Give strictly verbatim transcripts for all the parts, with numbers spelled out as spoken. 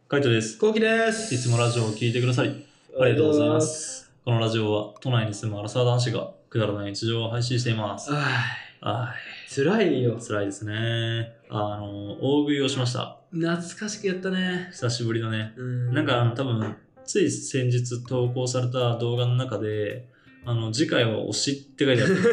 カイトです。 コウキです。 いつもラジオを聞いてくださりありがとうございます。このラジオは都内に住むアラサー男子がくだらない日常を配信しています。 ああい、辛いよ。 辛いですね。あの、大食いをしました。 懐かしくやったね。 久しぶりのね。 うんなんかあの多分、つい先日投稿された動画の中で、あの、次回は推しって書いてある。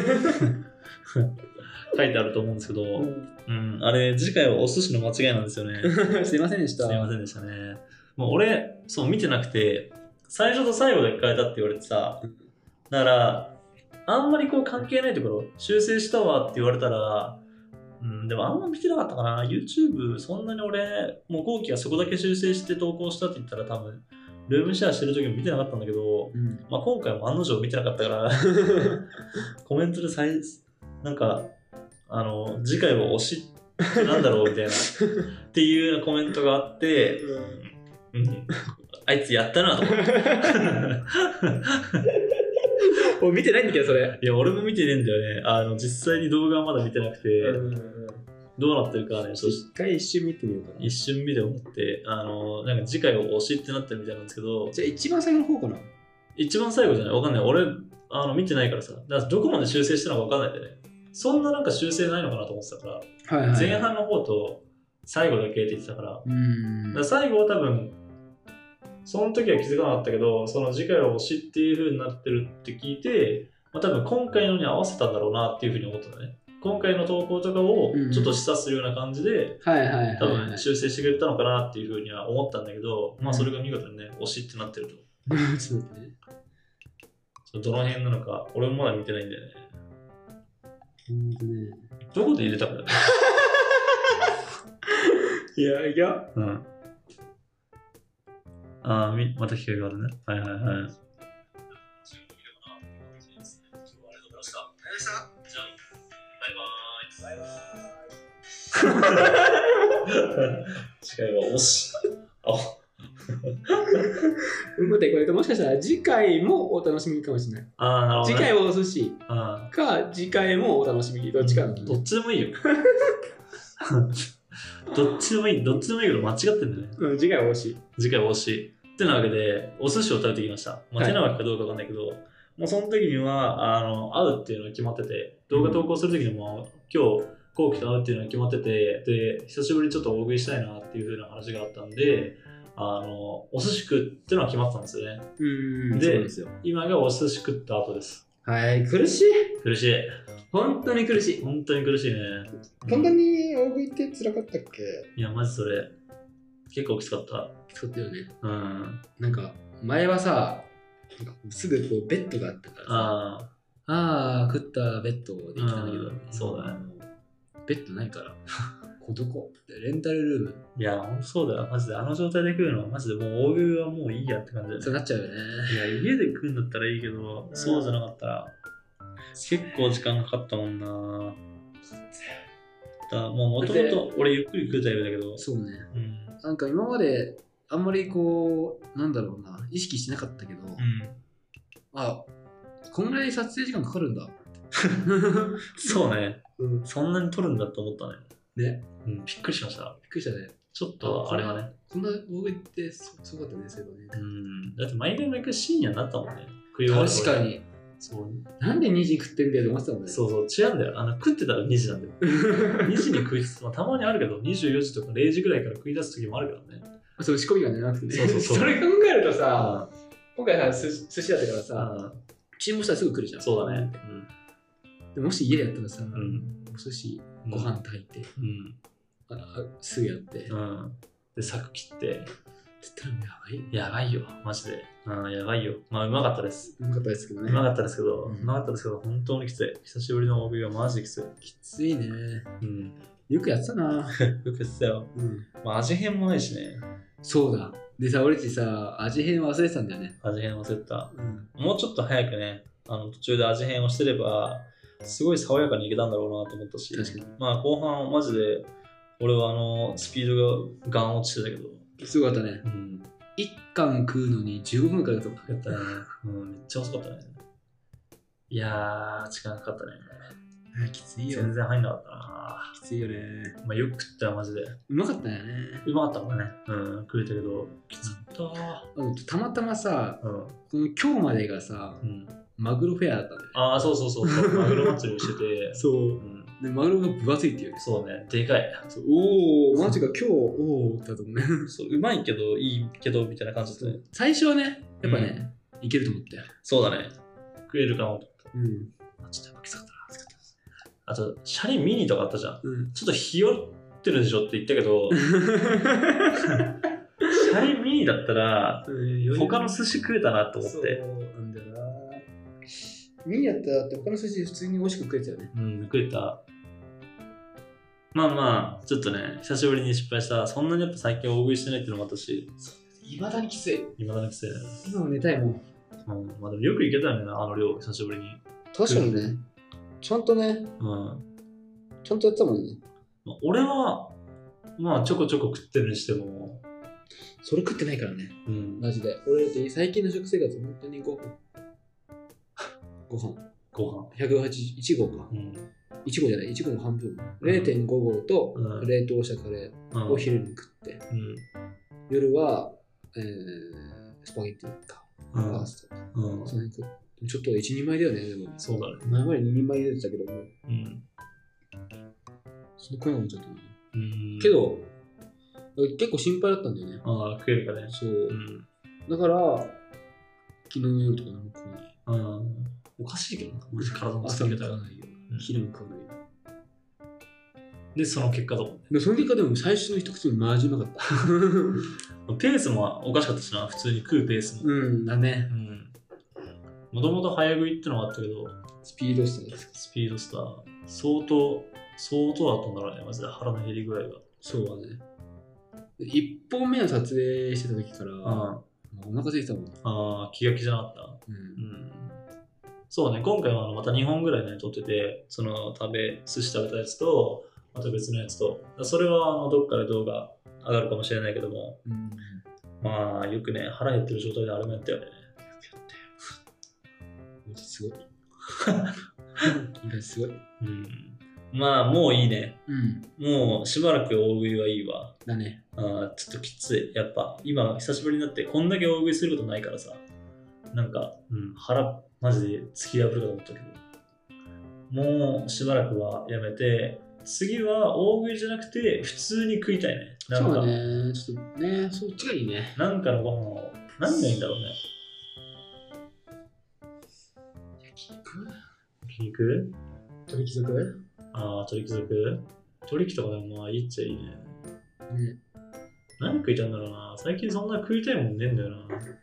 書いてあると思うんですけど、 うんうん、あれ、次回はお寿司の間違いなんですよね。 すいませんでした。 すいませんでしたね。もう俺、そう見てなくて、最初と最後で変えたって言われてさ、だから、あんまりこう関係ないところ、修正したわって言われたら、うん、でもあんま見てなかったかな。YouTube、そんなに俺、もう後期がそこだけ修正して投稿したって言ったら多分、ルームシェアしてる時も見てなかったんだけど、 うん、 まあ今回も案の定見てなかったから、コメントで最、なんか、あの、次回は推しなんだろうみたいな、っていうようなコメントがあって、うん、あいつやったなと思って。 俺見てないんだけど、それ。 いや、俺も見てねえんだよね。あの、実際に動画はまだ見てなくて、 うん、 どうなってるかはね、ちょっ一回一瞬見てみようかな。 と一瞬見て思って、あの、なんか次回は推しってなってるみたいなんですけど、 じゃあ一番最後の方かな。 一番最後じゃないわかんない。俺、あの、見てないからさ、だからどこまで修正したのかわかんないんでね。そんななんか修正ないのかなと思ってたから、 はいはい、 前半の方と最後だけって言ってたから、 うんだから最後は多分、その時は気づかなかったけど、その次回は推しっていう風になってるって聞いて、まあ、多分今回のに合わせたんだろうなっていう風に思ったんだね。今回の投稿とかをちょっと示唆するような感じで、 はいはいはい、はい、 多分修正してくれたのかなっていう風には思ったんだけど、まあそれが見事にね、推しってなってると。 そうだね。 どの辺なのか、俺もまだ見てないんだよね。 ほんとね。 どこで入れたかだよね。 いやいや。 うん。ああ、みまた機会があるね。はいはいはい。じゃあ、バイバーイ。バイバーイ。次回は推し。あ待って、これもしかしたら次回もお楽しみかもしれない。 あー、なるほど、ね。 次回はお寿司あか次回もお楽しみ、どっちかなの、ね、 どっちでもいいよ。どっちでもいい、どっちでもいいけど間違ってんだよね。 うん、次回は推し。 次回は推し。ってなわけで、お寿司を食べてきました。まあ、手なわけかどうかわかんないけど、はい、もうその時には、あの、会うっていうのが決まってて、動画投稿する時にも、今日、後期と会うっていうのが決まってて、で、久しぶりにちょっと大食いしたいなっていう風な話があったんで、あの、お寿司食うっていうのは決まってたんですよね。 うん、 で、 そうですよ。 今がお寿司食った後です。 はい、苦しい。 苦しい。 本当に苦しい。 本当に苦しいね。 こんなに大食いって辛かったっけ？ いや、マジそれ、結構きつかった。 きつかったよね。 うん。 なんか、前はさ、なんかすぐこうベッドがあったからさ、 ああー、食ったベッドできたんだけど、 うんそうだね。 ベッドないから、こどこレンタルルーム。 いや、ほんとそうだよ。マジであの状態で食うのは、マジでもう大食いはもういいやって感じだよね。 そうなっちゃうよね。 いや、家で食うんだったらいいけど、うん、そうじゃなかったら、結構時間かかったもんな。だもうもともと俺ゆっくり食うタイプだけど。 そうね。 うん、 なんか今まであんまりこう、なんだろうな、意識してなかったけど、うん、あ、こんぐらい撮影時間かかるんだ。 そうね、 うん。 そんなに撮るんだって思ったね。 ね。 うん、びっくりしました。 びっくりしたね。 ちょっとあれはね。 こんな大食いってすごかったね、そういえばね。 うん。だって毎回毎回深夜になったもんね。 食い終わる。確かに。 そう。 なんでにじに食ってるんだよって思ってたもんね。 そうそう、違うんだよ。あの食ってたらにじなんだよ。にじに食いつつ、まあ、たまにあるけど、にじゅうよじとかれいじぐらいから食い出す時もあるからね。そう、 仕込みがね、なくてね。 そうそうそう。 それ考えるとさ、うん、今回さ、寿司だったからさ、うん、注文したらすぐ来るじゃん。 そうだね。 うん、でもし家でやったらさ、 うん、 お寿司、ご飯炊いて、 うん、 あすぐやって、 うん、で、柵切って、 つったらやばい。 やばいよ、マジで。うん、やばいよ。まあ、うまかったです。 うまかったですけどね。 うまかったですけど、うん、うまかったですけど、本当にきつい。久しぶりの大食いはマジできつい。 きついね。 うん。 よくやってたな。 よくやってたよ。うん。まあ、味変もないしね。 そうだ。でさ、俺たちさ、味変忘れてたんだよね。 味変忘れてた。うん。もうちょっと早くね、あの途中で味変をしてれば、すごい爽やかにいけたんだろうなと思ったし。 確かに。 まあ、後半、マジで、俺はあの、スピードがガン落ちてたけど。 すごかったね。うん。いっ貫食うのにじゅうごふんかかったもん。 かかったね。うん、めっちゃ遅かったね。いやー、時間かかったね。 きついよ。 全然入んなかったな。 きついよね。 まあよく食ったよ、マジで。 うまかったよね。 うまかったからね。うん、食えたけど、きつかった。 あたまたまさ、 うん、 この今日までがさ、うん、マグロフェアだったんだよね。 ああ、そうそうそうそう。マグロ祭りをしてて。 そう。うんでマグロが分厚いっていうね。 そうね、でかい。 そうおお、マジか、今日、おおだと思うね。 そう、うまいけど、いいけど、みたいな感じだったね。 最初はね、やっぱね、うん、いけると思ったよ。 そうだね。食えるかもと思った。 うん。 ちょっとやっぱきつかったな。きつかったです。あと、シャリミニとかあったじゃん。うん、ちょっとひよってるでしょって言ったけど、シャリミニだったら、他の寿司食えたなと思って。そうなんだよな。 ミニやったら他の寿司普通に美味しく食えたよね。 うん、食えた。まあまあ、ちょっとね、久しぶりに失敗した。そんなにやっぱ最近大食いしてないっていうのもあったし。 いまだにきつい。 いまだにきついね。 今も寝たいもん。 うん、まあでもよくいけたよね、あの量、久しぶりに。 確かにね。ちゃんとね、うん。ちゃんとやったもんね。 まあ、俺は、まあちょこちょこ食ってるにしても。 それ食ってないからね。うん。マジで。俺って最近の食生活、本当にご飯。ご飯。 ご飯。 ひゃくはちじゅういち合か。うん。いち合じゃない、いち合の半分。れいてんご 合と冷凍したカレーを昼に食って、うん、夜は、えー、スパゲッティか、パースタか。うん、そのちょっといちにんまえだよね、でも。 そうだね。 前までににんまえ出てたけども。うん。その声がもちょっと。うん。けど、結構心配だったんだよね。 ああ、食えるかね。 そう。うん、だから、昨日の夜とか何も食わない。 うん。おかしいけどな、マジ体の作り方がないよ。 昼も食わないよ。 で、その結果だもんね。 でその結果でも最初の一口目マジうまかった。 ペースもおかしかったしな、普通に食うペースも。 うんだね。うん。 もともと早食いってのがあったけど、 スピードスターですか。 スピードスター。相当、相当だったんだろうね、マジで腹の減り具合が。 そうだね。いっぽんめの撮影してた時から、うん、お腹空いてたもん。 ああ、気が気じゃなかった。うん。うんそうね、今回はまたにほんぐらいね、撮ってて、その食べ、寿司食べたやつと、また別のやつと、それはあのどっかで動画上がるかもしれないけども、うん、まあよくね、腹減ってる状態であれもやったよね。よくやったよ。すごい。すごい。 うん。まあもういいね。うん。もうしばらく大食いはいいわ。 だね。 あちょっときつい。やっぱ今久しぶりになってこんだけ大食いすることないからさ、なんか、うん、腹、マジで突き破るかと思ったけど、もうしばらくはやめて、次は大食いじゃなくて普通に食いたいね。なんかそうね、ちょっとね、そっちがいいね。 なんかのご飯を、何がいいんだろうね。 焼肉焼肉鳥貴族ああ、鳥貴族鳥貴とかでもまあいいっちゃいいね。ね。何食いたいんだろうな。最近そんな食いたいもんねえんだよな。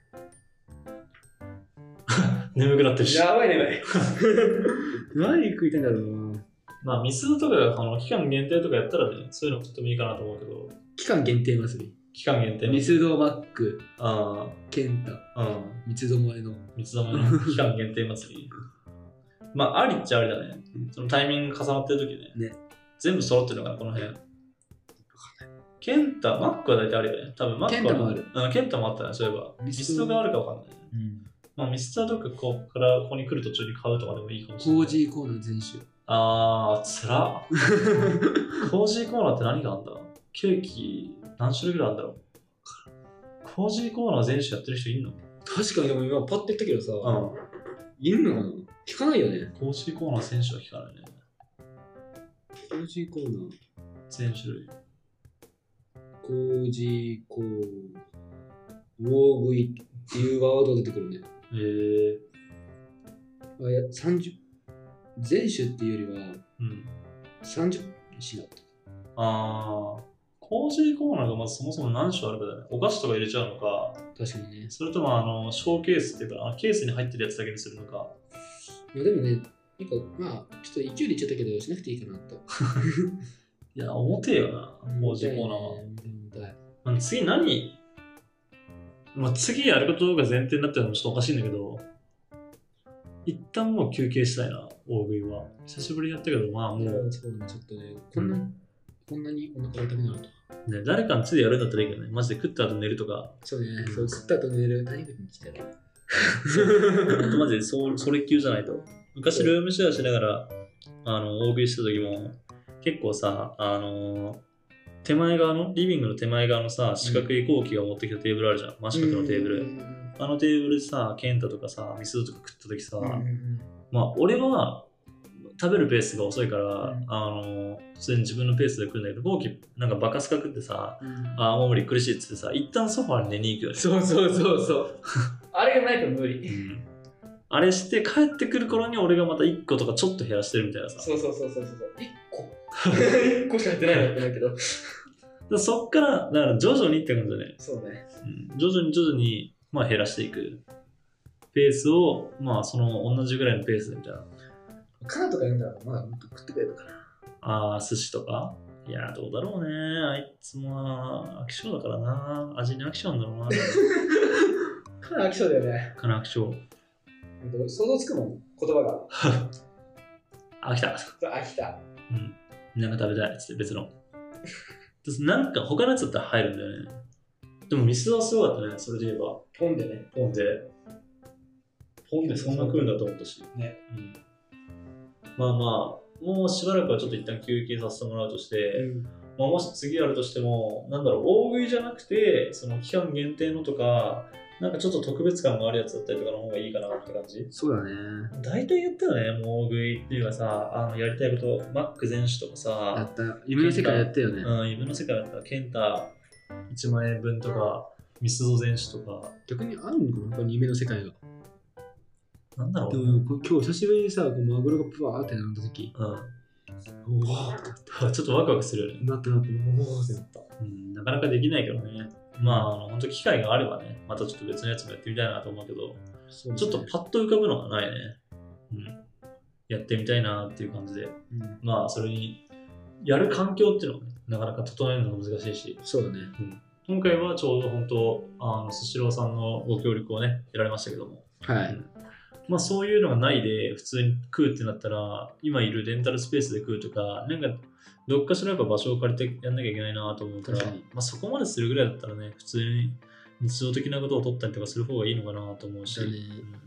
眠くなってるし。 やばい眠い。何食いたいんだろうな。 まあ、ミスドとかがあの期間限定とかやったらね、そういうのとってもいいかなと思うけど。 期間限定祭り。 期間限定。 ミスドマック。 ああ。 ケンタ。うん。三つどもえの。 三つどもえの期間限定祭り。まあ、ありっちゃありだね。そのタイミング重なってる時ね。ね。全部揃ってるのかな、この辺。ケンタ、マックは大体あるよね。多分マックは。 ケンタもある。 うん、ケンタもあったね、そういえば。ミスドがあるかわかんない。うん。まあ、ミスタードッグここからここに来る途中に買うとかでもいいかもしれない。 コージーコーナー全種。 あー、つら。コージーコーナーって何があるんだケーキ何種類ぐらいあるんだろうコージーコーナー全種やってる人いんの確かにでも今パッて言ったけどさ、うん、いんのかな聞かないよね。 コージーコーナー全種は聞かないね。 コージーコーナー全種類。 コージーコーナー。大食いっていうワード出てくるね。 へえー。あ、いや、さんじゅう、全種っていうよりは、うん、さんじゅう品だった。 あー、コージーコーナーがまずそもそも何種あるかだよね。お菓子とか入れちゃうのか、 確かにね。 それともあの、ショーケースっていうか、あケースに入ってるやつだけにするのか。 いやでもね、なんかまあ、ちょっと勢いで言っちゃったけど、しなくていいかなと。 いや、重てえよな、コージーコーナーは。まあ、次何まあ、次やることが前提になってるのもちょっとおかしいんだけど、一旦もう休憩したいな、大食いは。久しぶりにやったけど、まあもう。 そうね、ちょっとね、こんな、うん、こんなにお腹痛くなると。 ね、誰かのついでやるんだったらいいけどね、マジで食った後寝るとか。 そうね、うん、そう食った後寝る、何食に来たら。 ほんとマジでそ、それ級じゃないと。昔ルームシェアしながらあの、大食いした時も、結構さ、あのー、手前側の、リビングの手前側のさ、四角い後期が持ってきたテーブルあるじゃん。真四角のテーブル。あのテーブルでさ、ケンタとかさ、ミスドとか食った時さ、うんうん、まあ、俺は食べるペースが遅いから、うん、あの、普通に自分のペースで食うんだけど、後期なんかバカスカ食ってさ、うん、ああ、もう無理苦しいっつってさ、一旦ソファーに寝に行くよね。 そうそうそうそう。あれがないと無理。 うんあれして帰ってくる頃に俺がまたいっことかちょっと減らしてるみたいなさ。 そうそうそうそうそう。いっこ ?いっ 個しか減ってないのってないけど。 だそっから、だから徐々にって感じだね。 そうね。 うん、徐々に徐々に、まあ、減らしていく。ペースを、まあその同じぐらいのペースでみたいな。 カナとか読んだらまだもっと食ってくれるかな。 ああ、寿司とかいやどうだろうね。あいつも飽き性だからな。味に飽き性なんだろうな。 かなり飽き性だよね。 かなり飽き性。 想像つくもん、言葉が。 飽きた。 飽きた。 うん。なんか食べたいっつって別の。なんか他のやつだったら入るんだよね。でもミスはすごかったね、それで言えば。 ポンでね。 ポンで。ポンでそんな食うんだと思ったし。 ね。 うん、まあまあ、もうしばらくはちょっと一旦休憩させてもらうとして、うんまあ、もし次やるとしても、なんだろう、大食いじゃなくて、その期間限定のとか、なんかちょっと特別感があるやつだったりとかの方がいいかなって感じ。 そうだね。 大体やったよね、もう大食いっていうかさ、あのやりたいこと、マック全種とかさ、 やった。夢の世界やったよね。 うん、夢の世界やった。ケンタいちまん円分とか、ミスド全種とか。 逆にあるのかな、他に夢の世界が。 なんだろう。 でも今日久しぶりにさ、こうマグロがプワーってなった時、うん。 おわーちょっとワクワクするよね。 なったなった、おーってなった。 うん、なかなかできないけどね。まあ、あの本当機会があればね、またちょっと別のやつもやってみたいなと思うけど、ね、ちょっとパッと浮かぶのがないね。うん。やってみたいなっていう感じで。うん、まあ、それに、やる環境っていうのはね、なかなか整えるのが難しいし。 そうだね。 うん、今回はちょうど本当、あの、スシローさんのご協力をね、得られましたけども。 はい。 まあそういうのがないで普通に食うってなったら、今いるレンタルスペースで食うとか、なんかどっかしらやっぱ場所を借りてやんなきゃいけないなと思うから、まあそこまでするぐらいだったらね、普通に日常的なことを取ったりとかする方がいいのかなと思うし。ねうん、いや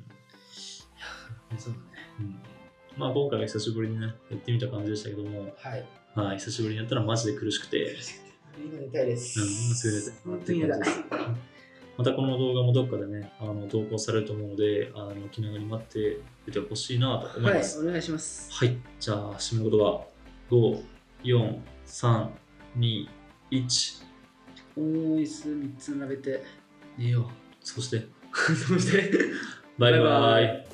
そうだね。 うん、まあ今回は久しぶりにね、やってみた感じでしたけども、 はい。 はい、久しぶりにやったらマジで苦しくて。 今寝たいです。 うん、すぐ寝たい。 本当に寝たい。 またこの動画もどっかでね、あの投稿されると思うので、あの気長に待っていてほしいなと思います。 はい、お願いします。 はい、じゃあ、締めの言葉、ご、よん、さん、に、いち。 おー、椅子みっつ並べて寝よう。 そして、 そして、 バイバイ。